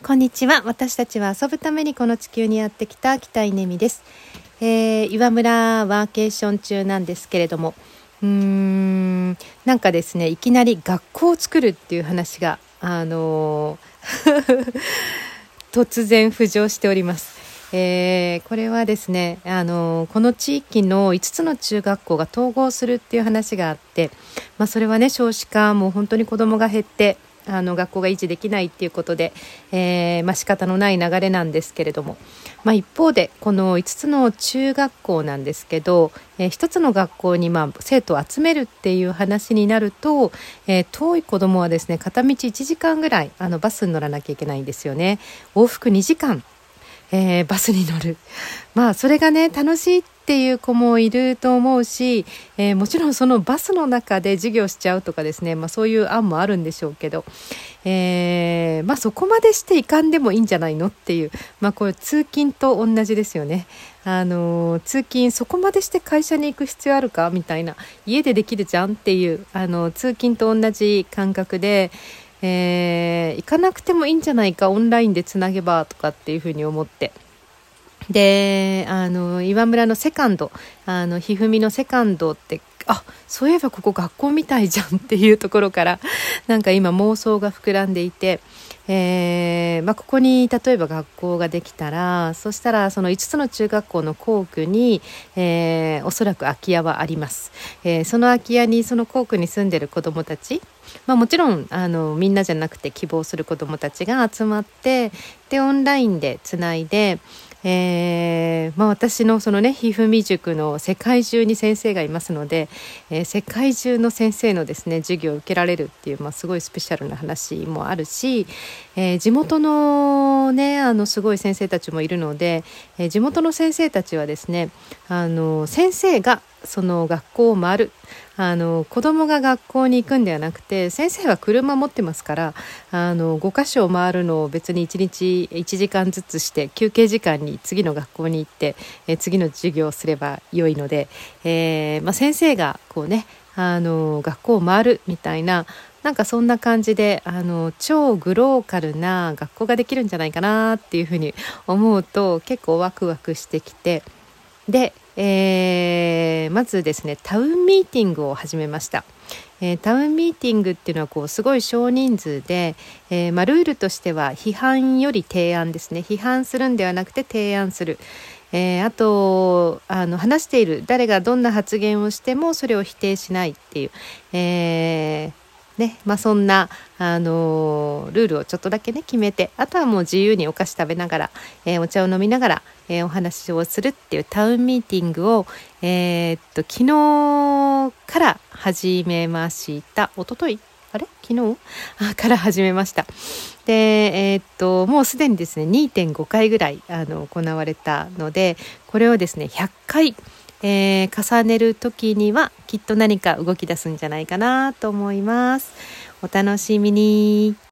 こんにちは。私たちは遊ぶためにこの地球にやってきた北井音美です。岩村ワーケーション中なんですけれども、なんかですね、いきなり学校を作るっていう話が突然浮上しております。これはですね、この地域の5つの中学校が統合するっていう話があって、それはね、少子化もう本当に子どもが減って学校が維持できないっていうことで、仕方のない流れなんですけれども、一方でこの5つの中学校なんですけど、1つの学校に生徒を集めるっていう話になると、遠い子どもはですね、片道1時間ぐらいバスに乗らなきゃいけないんですよね。往復2時間バスに乗る。それがね、楽しいっていう子もいると思うし、もちろんそのバスの中で授業しちゃうとかですね、そういう案もあるんでしょうけど、そこまでしていかんでもいいんじゃないのっていう、これ通勤と同じですよね。通勤そこまでして会社に行く必要あるかみたいな、家でできるじゃんっていう通勤と同じ感覚で、行かなくてもいいんじゃないか、オンラインでつなげばとかっていうふうに思って、で岩村のセカンドひふみのセカンドって、そういえばここ学校みたいじゃんっていうところからなんか今妄想が膨らんでいて、ここに例えば学校ができたら、そしたらその5つの中学校の校区に、おそらく空き家はあります。その空き家にその校区に住んでる子どもたち、もちろんみんなじゃなくて希望する子どもたちが集まって、でオンラインでつないで、私のそのね、ひふみ塾の世界中に先生がいますので、世界中の先生のですね授業を受けられるっていう、すごいスペシャルな話もあるし、地元のねすごい先生たちもいるので、地元の先生たちはですね、先生がその学校を回る、子供が学校に行くんではなくて、先生は車持ってますから、5カ所を回るのを別に1日1時間ずつして、休憩時間に次の学校に行って、次の授業をすれば良いので、先生がこうね学校を回るみたいな、なんかそんな感じで超グローカルな学校ができるんじゃないかなっていうふうに思うと、結構ワクワクしてきて、で、まずですね、タウンミーティングを始めました。タウンミーティングっていうのはすごい少人数で、ルールとしては批判より提案ですね。批判するんではなくて提案する。あと話している誰がどんな発言をしてもそれを否定しないっていう、そんなルールをちょっとだけね決めて、あとはもう自由にお菓子食べながら、お茶を飲みながら、お話をするっていうタウンミーティングを、昨日から始めました。昨日から始めました。で、もうすでにですね 2.5 回ぐらい行われたので、これをですね100回重ねる時にはきっと何か動き出すんじゃないかなと思います。お楽しみに。